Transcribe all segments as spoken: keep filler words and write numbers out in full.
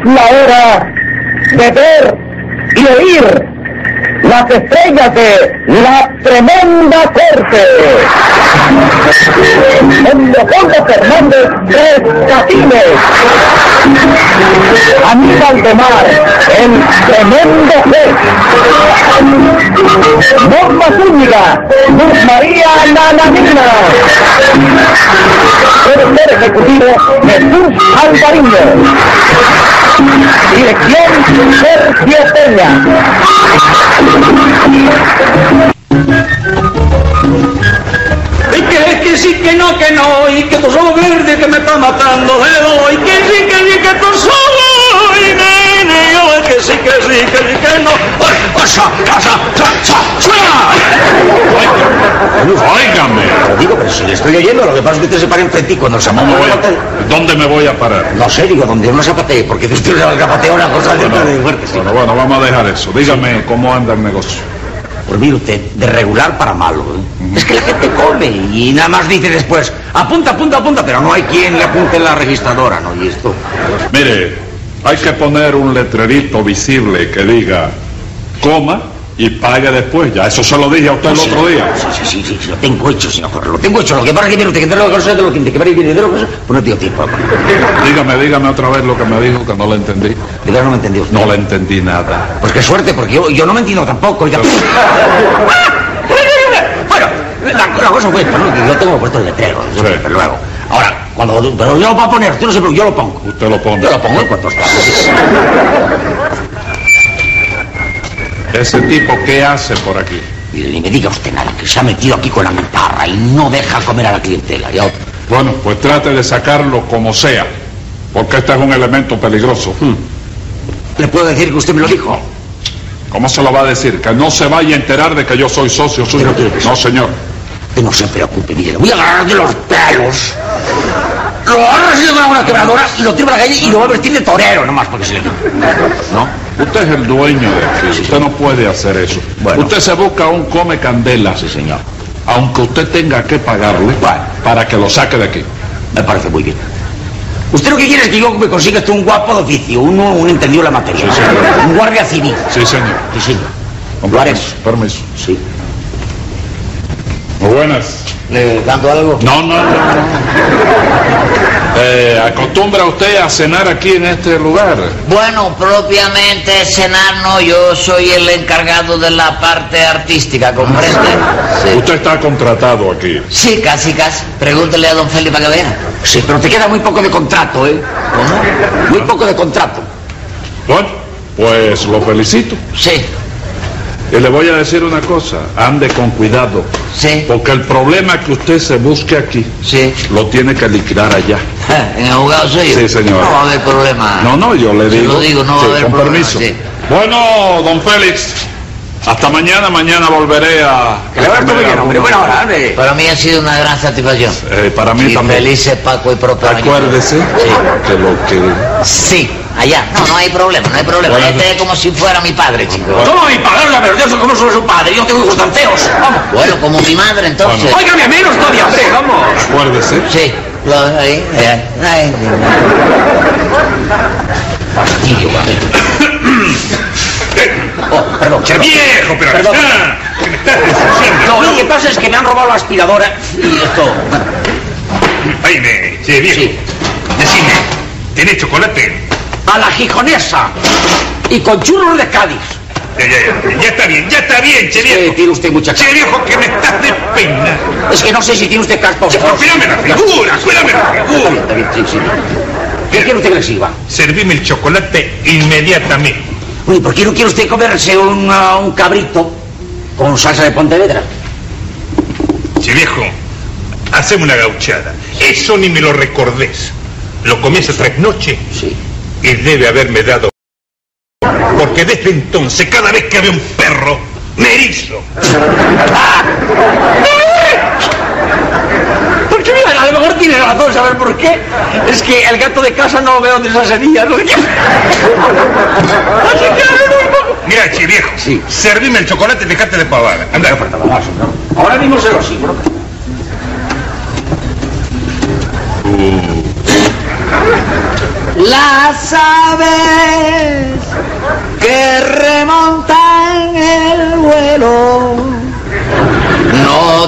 la hora de ver y oír las estrellas de la tremenda corte. Don Leopoldo Fernández Tres Catines, Aníbal de Mar, el tremendo juez, Norma Zúñiga, Luz María Nananina, productor ejecutivo Jesús Alvariño, dirección Sergio Peña. Y que, que sí, que no, que no, y que tu solo verde que me está matando de doy, que sí, que sí, que tu solo, y nene, yo que sí, que sí, que sí, que no. ¡Pasa, pasa, pasa, Óigame. Pero digo, pero si le estoy oyendo, lo que pasa es que usted se para enfrente y cuando se ¿Dónde, voy a, ¿Dónde me voy a parar? No sé, digo, donde uno zapatee, porque si usted se zapatea una cosa de Bueno, de fuerte. Sí. bueno, bueno, vamos a dejar eso. Dígame cómo anda el negocio. Pues mire usted, de regular para malo, ¿eh? Uh-huh. Es que la gente come y nada más dice después, apunta, apunta, apunta, pero no hay quien le apunte en la registradora, ¿no? Y esto... Mire, hay que poner un letrerito visible que diga, coma y pague después. Ya, eso se lo dije a usted no, el otro sí, día. Sí, sí, sí, sí, sí, lo tengo hecho, señor, lo tengo hecho. Lo que pasa es que mire usted, que de lo que de lo que de que viene de lo que pues no tengo tiempo. Dígame, dígame otra vez lo que me dijo, que no lo entendí. ¿De qué no me entendió usted? No le entendí nada. Pues qué suerte, porque yo, yo no me entiendo tampoco. Ya... Bueno, la, la cosa fue, ¿no? Que yo tengo puesto el letrero, sí. Pero luego. Ahora, cuando... Pero yo lo voy a poner, usted no sé, pero yo lo pongo. Usted lo pone. Yo lo pongo en cuanto está. ¿Ese tipo qué hace por aquí? Mire, ni me diga usted nada, que se ha metido aquí con la guitarra y no deja comer a la clientela. Ya... Bueno, pues trate de sacarlo como sea, porque este es un elemento peligroso. Hmm. ¿Le puedo decir que usted me lo dijo? ¿Cómo se lo va a decir? Que no se vaya a enterar de que yo soy socio suyo. No, señor. Que no se preocupe, mire, le voy a agarrar de los pelos. Lo agarra así de una quebradora y lo tira a la calle y lo va a vestir de torero nomás porque se le... ¿No? Usted es el dueño de aquí, sí, usted no puede hacer eso. Bueno. Usted se busca un come candela. Sí, señor. Aunque usted tenga que pagarle bueno. para que lo saque de aquí. Me parece muy bien. Usted lo que quiere es que yo me consiga esto un guapo de oficio, uno, un entendido de la materia. Sí, señor. Un guardia civil. Sí, señor. Sí, señor. Con permiso, permiso. Sí. Muy buenas. ¿Le canto algo? No, no, no. Eh, ¿Acostumbra usted a cenar aquí en este lugar? Bueno, propiamente cenar no, yo soy el encargado de la parte artística, ¿comprende? Sí. ¿Usted está contratado aquí? Sí, casi, casi. Pregúntele a don Félix para que vea. Sí, pero te queda muy poco de contrato, ¿eh? ¿Cómo? Muy poco de contrato. Bueno, pues lo felicito. Sí. Y le voy a decir una cosa, ande con cuidado. Sí. Porque el problema que usted se busque aquí, sí, lo tiene que liquidar allá. ¿En el juzgado suyo? Sí, señor. No va a haber problema. No, no, yo le digo. Se lo digo, no va sí, a haber con problema. permiso. Sí. Bueno, don Félix, hasta mañana, mañana volveré a... Que le va a estar muy bien, hombre. Buena hora, hombre. Para mí ha sido una gran satisfacción. Eh, para mí y también. Felices Paco y propio año. Acuérdese sí. que lo que... Sí, allá. No, no hay problema, no hay problema. Bueno, este es como si fuera mi padre, chico. ¿Cómo mi padre? Pero yo soy como soy su padre, yo tengo hijos tan feos. Vamos. Bueno, como mi madre, entonces. Bueno. Óigame, menos todavía, hombre, vamos. Acuérdese. Sí. Lo, ahí, ahí, ahí. Oh, perdón, ¡Che viejo, pero perdón. está! ¿Qué me estás diciendo? No, lo que pasa es que me han robado la aspiradora y esto... Oíme, che viejo. Sí. Decime, ¿tenés chocolate? A la gijonesa y con churros de Cádiz. Ya, ya, ya, ya está bien, ya está bien, che viejo. Sí, tiene usted mucha Che caspa. viejo, que me estás despeinando. Es que no sé si tiene usted caspa o Che, pero cuídame la figura, cuídame la Está bien, figura. está bien, sí, sí. ¿Qué quiere usted que le sirva? Servime el chocolate inmediatamente. Uy, ¿por qué no quiere usted comerse un, uh, un cabrito con salsa de Pontevedra? Che viejo, haceme una gauchada. Eso ni me lo recordés. Lo comí hace tres noches. Sí. Y debe haberme dado... Porque desde entonces, cada vez que veo un perro, me erizo. Porque mira, a lo mejor tiene razón, ¿saber por qué? Es que el gato de casa no ve dónde esas semillas, ¿no? Así que... Mira, che viejo, sí. Servime el chocolate y dejate de pavada. Anda. Ahora mismo se lo sirvo. Las aves que remontan el vuelo no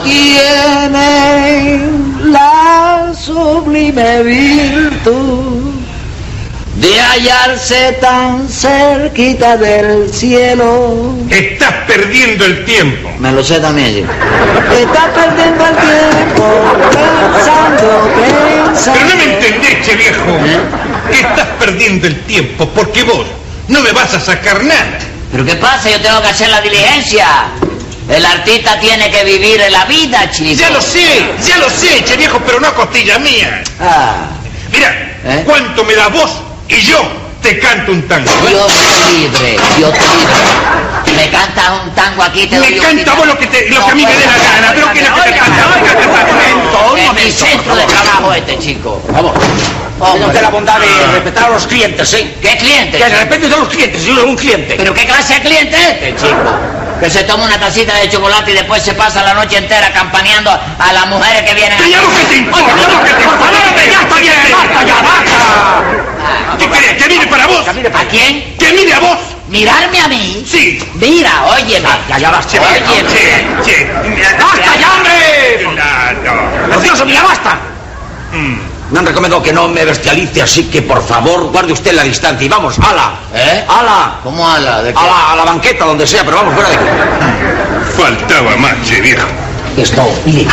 tienen la sublime virtud de hallarse tan cerquita del cielo. Estás perdiendo el tiempo. Me lo sé también, sí. Estás perdiendo el tiempo pensando, pensando. Pero no me entendés, che viejo. ¿Eh? Que estás perdiendo el tiempo porque vos no me vas a sacar nada. ¿Pero qué pasa? Yo tengo que hacer la diligencia. El artista tiene que vivir en la vida, chico. Ya lo sé, ya lo sé, che viejo, pero no a costilla mía. Ah. Mira, ¿Eh? ¿cuánto me das vos? Y yo te canto un tango. ¿eh? Dios te libre, Dios te libre. Me cantas un tango aquí, te doy Me un canta tiro. vos lo que, te, lo No que a mí me puede dé la ser. gana, pero que no que te Oiga, canta. oiga, Oiga, un momento, un Es mi momento. centro de trabajo este, chico. Vamos. Tenga usted la bondad de respetar a los clientes, ¿sí? ¿Qué cliente? Que de repente son los clientes, si uno es un cliente. ¿Pero qué clase de cliente es este, chico? Que se toma una tacita de chocolate y después se pasa la noche entera campaneando a las mujeres que vienen ¿Te llamo que te importa? Oiga, ¿Te llamo que te por importa? favor, ya está bien, basta ya, basta. ¿Qué querés? ¿Que mire para vos? ¿A quién? ¿Que mire a vos? ¿Mirarme a mí? Sí. Mira, óyeme. Ya, ya basta. Óyeme. Che, che. ¡Basta ya, hombre! Claro. Por Dios, mía, basta. Mm. Me han recomendado que no me bestialice, así que por favor guarde usted la distancia y vamos, ala. ¿Eh? Ala. ¿Cómo ala? ¿De qué? A la, a la banqueta, donde sea, pero vamos fuera de aquí. Faltaba más, che viejo. Esto, mire.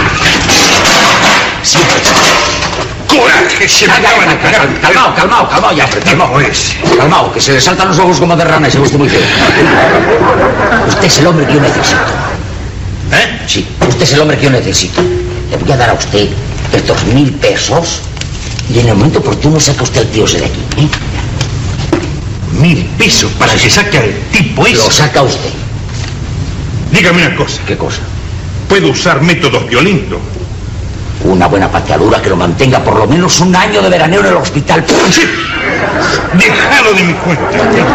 Coraje, se me acaban de pegar. Calmao, calmao, calmao ya, hombre, calmao. No es. Calmao, que se le saltan los ojos como de rana y se gusta muy feo. Usted es el hombre que yo necesito. ¿Eh? Sí, usted es el hombre que yo necesito. Le voy a dar a usted estos mil pesos y en el momento oportuno saca usted el tío ese de aquí. ¿eh? Mil pesos para que saque al tipo ese. Lo saca usted. Dígame una cosa. ¿Qué cosa? ¿Puedo usar métodos violentos? Una buena pateadura que lo mantenga por lo menos un año de veraneo en el hospital. Sí. Déjalo de mi cuenta.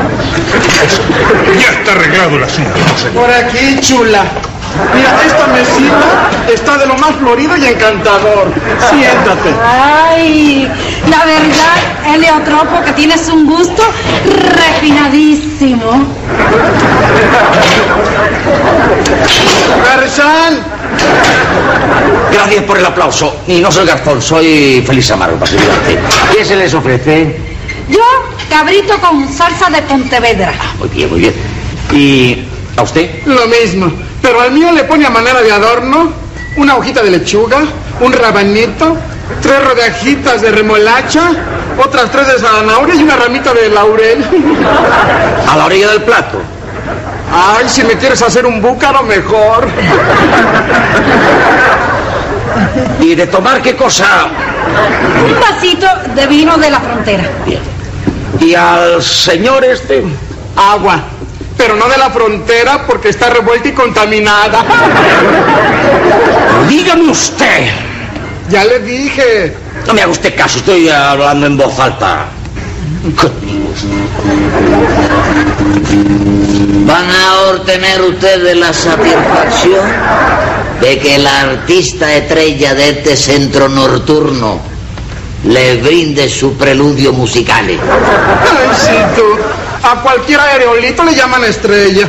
Ya está arreglado el asunto. Por aquí, chula. Mira, esta mesita está de lo más florido y encantador. Siéntate. Ay, la verdad, Heliotropo, que tienes un gusto refinadísimo. Garzán, Gracias por el aplauso. Y no soy Garzón, soy Feliz Amaro, para servirte. ¿Qué se les ofrece? Yo, cabrito con salsa de Pontevedra. Muy bien, muy bien. ¿Y a usted? lo mismo. Pero al mío le pone a manera de adorno una hojita de lechuga, un rabanito, tres rodajitas de remolacha, otras tres de zanahoria y una ramita de laurel. A la orilla del plato. Ay, si me quieres hacer un búcaro, mejor. ¿Y de tomar qué cosa? Un vasito de vino de la frontera. Bien. ¿Y al señor este? Agua. Pero no de la frontera porque está revuelta y contaminada. Dígame usted. Ya le dije. No me haga usted caso, estoy hablando en voz alta. Conmigo. ¿Van a obtener ustedes la satisfacción de que el artista estrella de este centro nocturno les brinde su preludio musical? Ay, sí, tú. A cualquier aerolito le llaman estrella.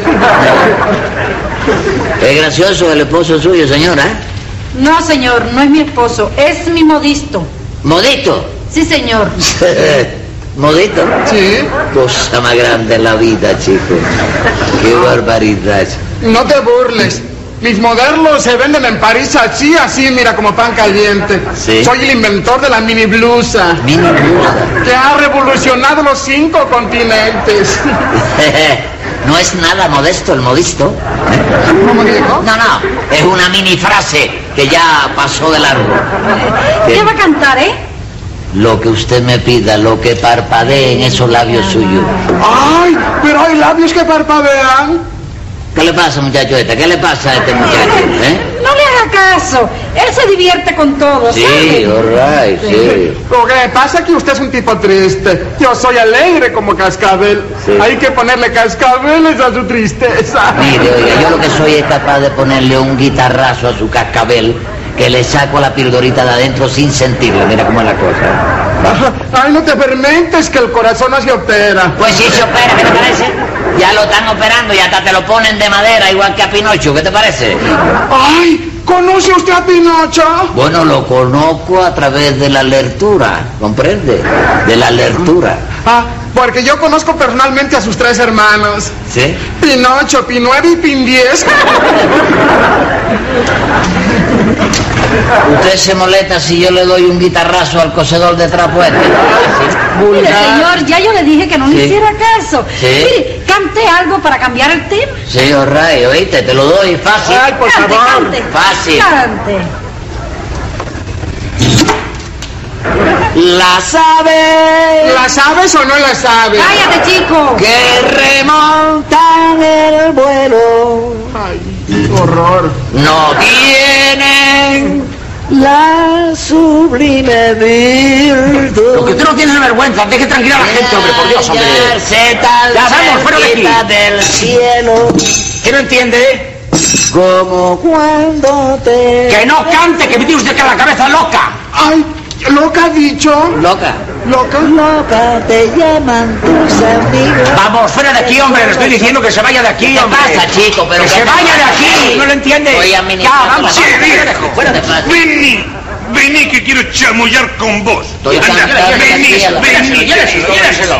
Es gracioso el esposo suyo, señora, ¿eh? No, señor, no es mi esposo, es mi modisto. ¿Modito? Sí, señor. ¿Modito? Sí. Cosa más grande en la vida, chico. Qué barbaridad. No te burles. Mis modelos se venden en París así, así, mira, como pan caliente. Sí. Soy el inventor de la mini blusa, Mini blusa. que ha revolucionado los cinco continentes. No es nada modesto el modisto. ¿Cómo digo? No, no, es una mini frase que ya pasó de largo. ¿Qué va a cantar, eh? Lo que usted me pida, lo que parpadee en esos labios suyos. Ay, pero hay labios que parpadean. ¿Qué le pasa, muchacho este? ¿Qué le pasa a este muchacho? ¿Eh? No le haga caso, él se divierte con todo, Sí, ¿sabe? all right, sí. Lo que pasa es que usted es un tipo triste. Yo soy alegre como cascabel. Sí. Hay que ponerle cascabeles a su tristeza. Mire, oiga, yo lo que soy es capaz de ponerle un guitarrazo a su cascabel que le saco la pildorita de adentro sin sentirlo. Mira cómo es la cosa. Ay, no te fermentes, que el corazón no se opera. Pues sí se opera, ¿qué te parece? Ya lo están operando y hasta te lo ponen de madera, igual que a Pinocho, ¿qué te parece? Ay, ¿conoce usted a Pinocho? Bueno, lo conozco a través de la lectura, ¿comprende? De la lectura. Ah, porque yo conozco personalmente a sus tres hermanos. ¿Sí? Pinocho, Pinueve y Pindiez. ¿Usted se molesta si yo le doy un guitarrazo al cosedor de trapo este? Mire, señor, ya yo le dije que no Sí. le hiciera caso. Sí. Mire, cante algo para cambiar el tema. Sí, orray, oíste, te lo doy fácil. Ay, por Cante, favor. cante. Fácil. Cante. Las aves ¿La sabes o no la sabes? Cállate, chico. que remontan el vuelo Ay, qué horror. no tienen la sublime virtud. Lo que usted no tiene es vergüenza, deje tranquila a la gente, hombre, por Dios, hombre. Hallarse tan Ya vamos, fuera de aquí. cerquita del cielo ¿Qué no entiende? como cuando te... Que no cante, que me tiene usted que la cabeza loca. Ay, ¿loca ha dicho? Loca. ¿Loca? Loca te llaman tus amigos. Vamos, fuera de aquí, hombre, le estoy diciendo que se vaya de aquí, ¿Qué hombre. pasa, chico? Pero que ¿qué se vaya de pasa? aquí, ¿no lo entiende? Voy a Ya, administrar vamos, la Sí, fuera, viejo. fuera, Fuera de paz. Vení, vení que quiero chamullar con vos. Estoy Anda, cansado de vení, aquí a la- vení, lléveselo, lléveselo.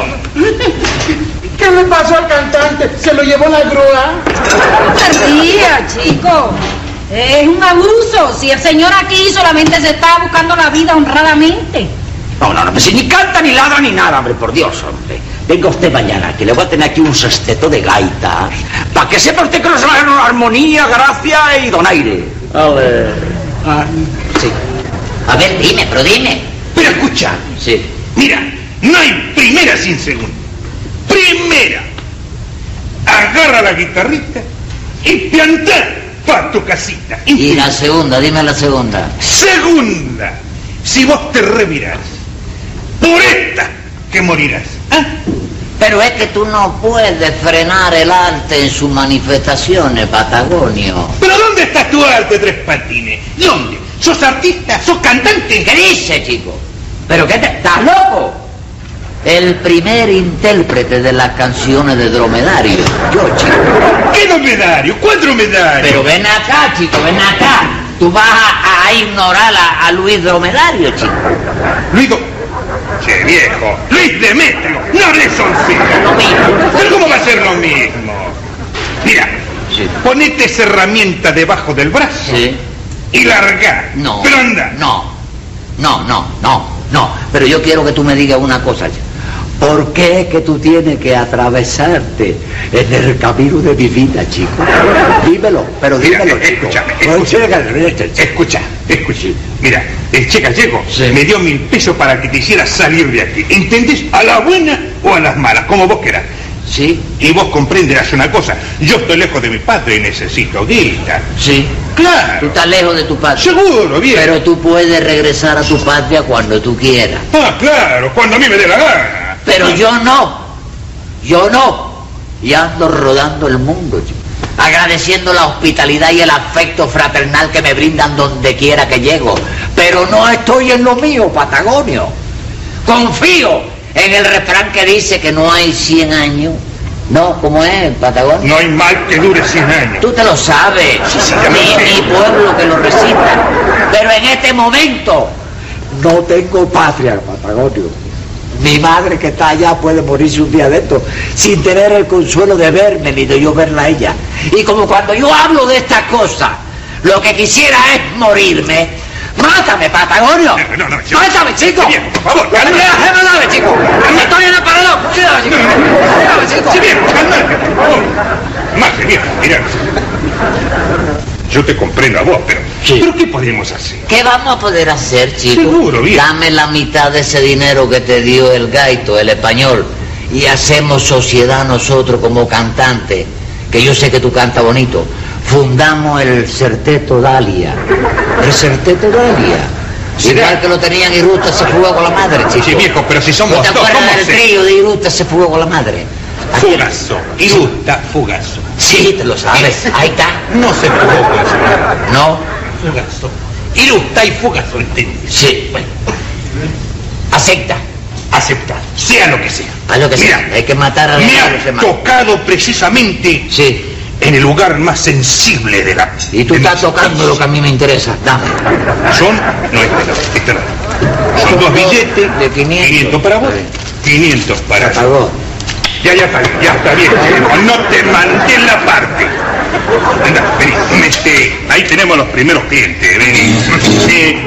¿Qué le pasó al cantante? ¿Se lo llevó la grúa? No se ría, chico. Es un abuso. Si el señor aquí solamente se está buscando la vida honradamente. No, no, no, pues si ni canta, ni ladra, ni nada, hombre, por Dios, hombre. Venga usted mañana, que le voy a tener aquí un sexteto de gaitas, para que sepa usted que nos van a armonía, gracia y donaire. A ver. Ah, sí. A ver, dime, pero dime. Pero escucha, Sí. mira, no hay primera sin segunda. Primera, agarra la guitarrita y piantá pa' tu casita. Y la segunda, dime la segunda. Segunda, si vos te revirás, por esta que morirás. ¿Ah? Pero es que tú no puedes frenar el arte en sus manifestaciones, Patagonio. ¿Pero dónde está tu arte, Tres Patines? ¿Dónde? ¿Sos artista? ¿Sos cantante? ¿Qué dice, chico? ¿Pero qué te... ¿Estás loco? El primer intérprete de las canciones de Dromedario. Yo, chico. ¿Qué dromedario? ¿Cuál dromedario? Pero ven acá, chico, ven acá. Tú vas a, a ignorar a, a Luis Dromedario, chico. Luis Do- Che, viejo, Luis Demetrio, no le son Lo mismo. ¿Pero cómo va a ser lo mismo? Mira, Sí. ponete esa herramienta debajo del brazo Sí. y larga. No. Pero anda. No. No, no, no, no. Pero yo quiero que tú me digas una cosa. chico. ¿Por qué es que tú tienes que atravesarte en el camino de mi vida, chico? Dímelo, pero Mira, dímelo, eh, chico. escúchame, No, escúchame. chico, Escucha, escucha. Mira, el Che Gallego Sí. me dio mil pesos para que te hiciera salir de aquí. ¿Entendés? A la buena o a las malas, como vos querás. Sí, Y vos comprenderás una cosa. Yo estoy lejos de mi padre y necesito guita. sí. Tú Claro. estás lejos de tu patria. Seguro, bien. Pero tú puedes regresar a tu patria cuando tú quieras. Ah, claro, cuando a mí me dé la gana. Pero yo no. Yo no. Y ando rodando el mundo, chico, agradeciendo la hospitalidad y el afecto fraternal que me brindan donde quiera que llego. Pero no estoy en lo mío, Patagonio. Confío en el refrán que dice que no hay cien años. No, ¿cómo es, Patagonio? No hay mal que dure cien años. Tú te lo sabes, sí, ya lo mi, sé. mi pueblo que lo recita. Pero en este momento no tengo patria, Patagonio. Mi madre que está allá puede morirse un día de esto sin tener el consuelo de verme ni de yo verla a ella. Y como cuando yo hablo de estas cosas, lo que quisiera es morirme. ¡Mátame, Patagonio! No, no, chico. ¡Mátame, chico! Sí, bien, por favor, ¡No calma. me dejes, mátame, chico! ¡Estoy en el parador! ¡Cuidado, chico! ¡Mátame, chico! Sí, bien, calmate, por favor. Más, viejo, mirá. Yo te comprendo a vos, pero... Sí. ¿Pero qué podemos hacer? ¿Qué vamos a poder hacer, chico? Seguro, bien. Dame la mitad de ese dinero que te dio el gaito, el español, y hacemos sociedad nosotros como cantantes, que yo sé que tú cantas bonito. Fundamos el Serteto Dalia. El Serteto Dalia. Sí, Igual da- que lo tenían Irusta se fugó con la madre, chico. Sí, viejo, pero si somos ¿No te dos, acuerdas ¿cómo del hacemos? trío de Irusta se fugó con la madre? Aquí- Fugazo. Irusta, fugazo. Sí, te lo sabes. Ahí está. No se fugó con su madre. ¿No? Fugazo. Irusta y fugazo, ¿entendés? Sí. Bueno. Acepta. Aceptar, sea lo que sea. A lo que Mira, sea, hay que matar a me los ha que matan. tocado precisamente Sí. en el lugar más sensible de la... Y tú de estás nuestro tocando país. lo que a mí me interesa. Dame. Son, no, este no, este no. Son dos billetes de quinientos. para vos, quinientos para Para vos. Ya, ya está bien, ya está bien. No te mandé la parte. Anda, vení, mete. Ahí tenemos los primeros clientes, vení. Eh,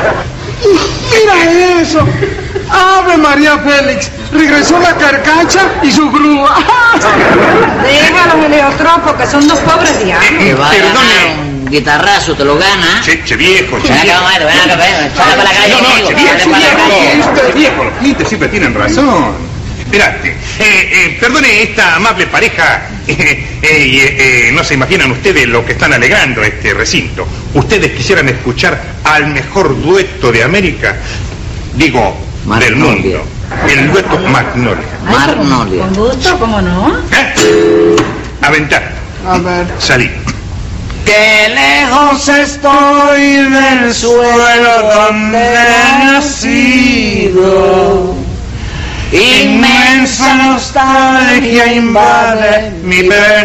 Mira eso. Ave María Félix. Regresó la carcacha y su grúa. Déjalo, Heliotropo, que son dos pobres diablos. Que va a ganar Perdone. un guitarrazo, te lo gana. che, che viejo, che Ven acá, viejo. Omar, ven acá, ven. Sale para la calle No, no, conmigo. che viejo, Sale para la calle. viejo. Che viejo, los clientes siempre tienen razón. Esperate. Eh, eh, perdone esta amable pareja. Eh, eh, eh, eh, no se imaginan ustedes lo que están alegando este recinto. Ustedes quisieran escuchar al mejor dueto de América. Digo, del Magnolia. mundo. El dueto Magnolia. Magnolia. Con gusto, ¿cómo no? ¿Eh? Aventar. A ver. Salí. Que lejos estoy del suelo donde he nacido. Inmensa nostalgia invade mi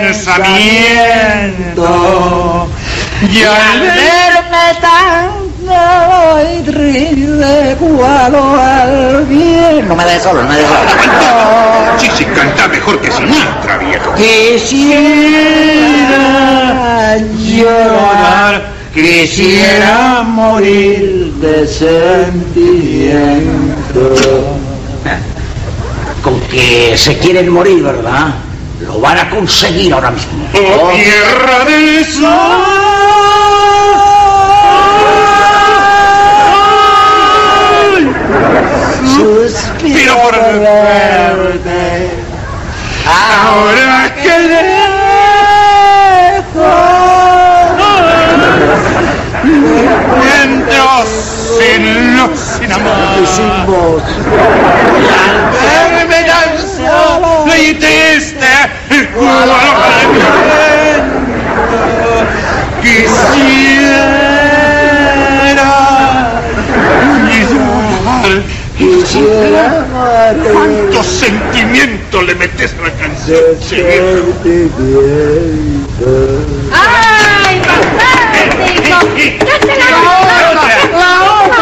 pensamiento. Y al verme tanto y triste cual al bien. No me dejes solo, no me dejes solo. Sí, sí, canta mejor que Sinatra, viejo. Quisiera llorar, quisiera morir de sentimiento. Con que se quieren morir, ¿verdad? Lo van a conseguir ahora mismo. Oh, tierra del sol. Suspiro por verte, ahora que lejos entro sin luz, sin amor. sin voz. Verme tan solo y triste, cual al viento. Quisiera llorar, Quisiera amarte ¿cuánto sentimiento le metes a la canción? de che, viejo? sentimiento. ¡Ay, fantástico! ¡Cállate la boca! ¡La otra!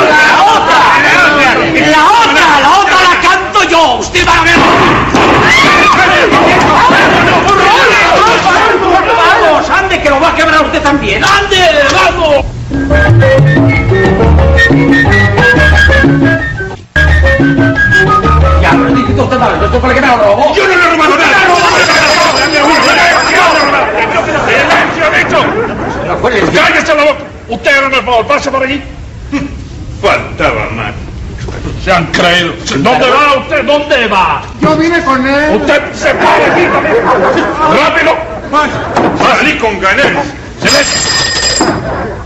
¡La otra! ¡La otra la canto yo! ¡Usted va a ver! ¡Vamos! ¡Ande, que lo va a quebrar usted también! ¡Ande! ¡Vamos! Ya, no necesito usted nada. Yo estoy para que me lo robo. Yo no le he robado nada. ¡Silencio, dicho! ¡Cállese la boca! Usted, hágame el favor, pase por allí. Faltaba más. Se han creído. ¿Dónde va usted? ¿Dónde va? Yo vine con él. Usted se pare aquí también. ¡Rápido! Salí con ganas. ¡Silencio!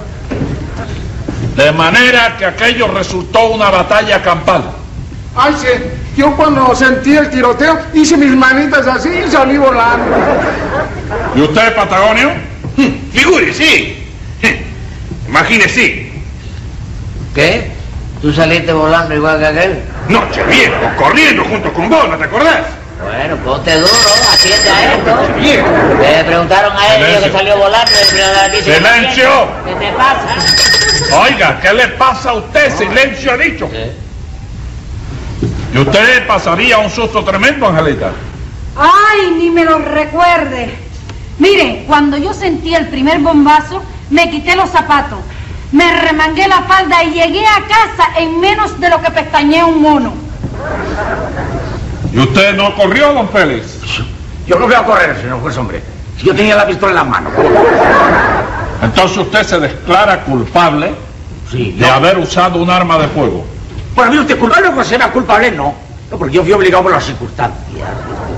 De manera que aquello resultó una batalla campal. Ay, sí. Yo cuando sentí el tiroteo hice mis manitas así y salí volando. ¿Y usted, Patagonio? Figure, sí. Imagínese. ¿Qué? ¿Tú saliste volando igual que aquel? No, che viejo, corriendo junto con vos, ¿no te acordás? Bueno, ponte duro, atiende a esto. Viejo. Le preguntaron a él Silencio. que salió volando y el primero dice... ¡Silencio! ¿Qué te pasa? Oiga, ¿qué le pasa a usted? Silencio, ha dicho. ¿Y usted pasaría un susto tremendo, Angelita? ¡Ay, ni me lo recuerde! Mire, cuando yo sentí el primer bombazo, me quité los zapatos, me remangué la falda y llegué a casa en menos de lo que pestañeé un mono. ¿Y usted no corrió, don Félix? Yo no voy a correr, señor juez, hombre. Si yo tenía la pistola en la mano. Entonces usted se declara culpable Sí, de no. haber usado un arma de fuego. Bueno, mire usted, culpable pues era culpable, no. No, porque yo fui obligado por las circunstancias.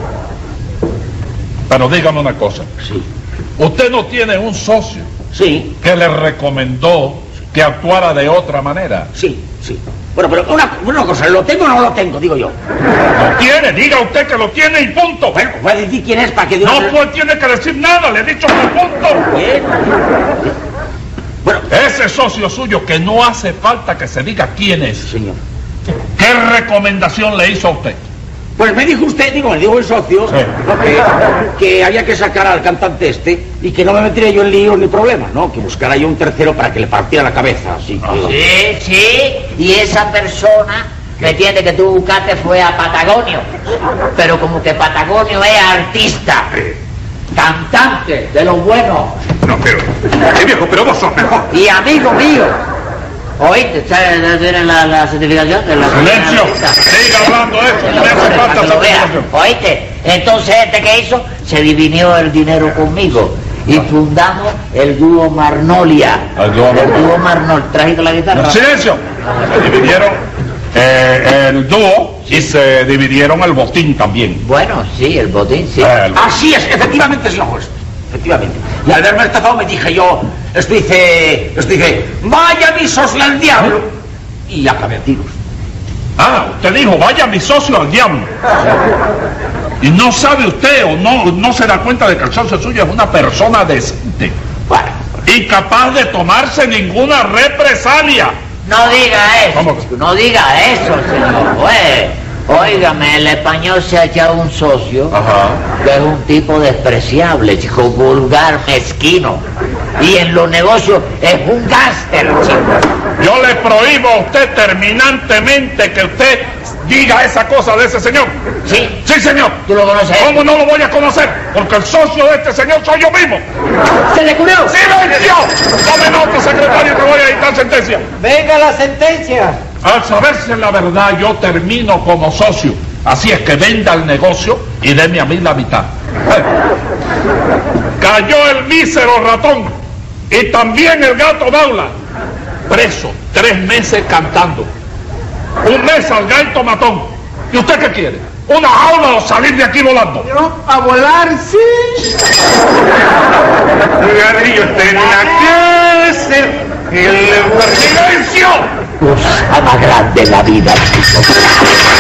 Pero dígame una cosa. Sí, Usted no tiene un socio sí, que le recomendó que actuara de otra manera. sí, sí. Bueno, pero una, una cosa, ¿lo tengo o no lo tengo? Digo yo. Lo tiene, diga usted que lo tiene y punto. Bueno, voy a decir quién es para que diga... No pues tiene que decir nada, le he dicho que punto. Bien. Bueno, Ese socio suyo que no hace falta que se diga quién es. señor. ¿Qué recomendación le hizo a usted? Pues me dijo usted, digo, me dijo el socio, Sí. ¿no? que, que había que sacar al cantante este y que no me metiera yo en líos ni problemas, ¿no? Que buscara yo un tercero para que le partiera la cabeza, así que... Sí, sí, y esa persona, ¿me entiende? Que tú buscaste fue a Patagonio, pero como que Patagonio es artista, cantante de los buenos No, pero... Eh, viejo, pero vos sos mejor. y amigo mío. ¿Oíste? ¿Sabes? ¿Tienen la, la certificación? De la Silencio. artista. Siga hablando de eso. No me hace Para falta que lo vea. certificación. ¿Oíste? Entonces, ¿este qué hizo? Se dividió el dinero conmigo. Y fundamos el dúo Marnolia. El dúo Marnolia. El dúo Marnol. ¿Trajiste la guitarra? Silencio. Se dividieron eh, el dúo y se dividieron el botín también. Bueno, sí, el botín, sí. Eh, el- Así es, efectivamente, señor juez. Efectivamente. Y al verme estafado me dije yo, esto dice, esto dice, vaya mi socio al diablo. Y acabé a tiros. Ah, usted dijo, vaya mi socio al diablo. Y no sabe usted o no, no se da cuenta de que el socio suyo es una persona decente Bueno, y capaz de tomarse ninguna represalia. No diga eso. ¿Cómo que? No diga eso, señor juez. Óigame, el español se ha echado un socio Ajá. que es un tipo despreciable, chico, vulgar, mezquino. Y en los negocios es un gángster, chico. Yo le prohíbo a usted terminantemente que usted diga esa cosa de ese señor. ¿Sí? Sí, señor. ¿Tú lo conoces? ¿Cómo no lo voy a conocer? Porque el socio de este señor soy yo mismo. ¡Se le curó! ¡Silencio! Tome nota, secretario, que voy a dictar sentencia. Venga la sentencia. Al saberse la verdad, yo termino como socio. Así es que venda el negocio y deme a mí la mitad. Eh. Cayó el mísero ratón y también el gato Daula. Preso, tres meses cantando. Un mes al gaito matón. ¿Y usted qué quiere? ¿Una jaula o salir de aquí volando? Yo a volar, sí. Garrillo está en la cárcel. El... ¡Silencio! Cosa más grande en la vida, chico.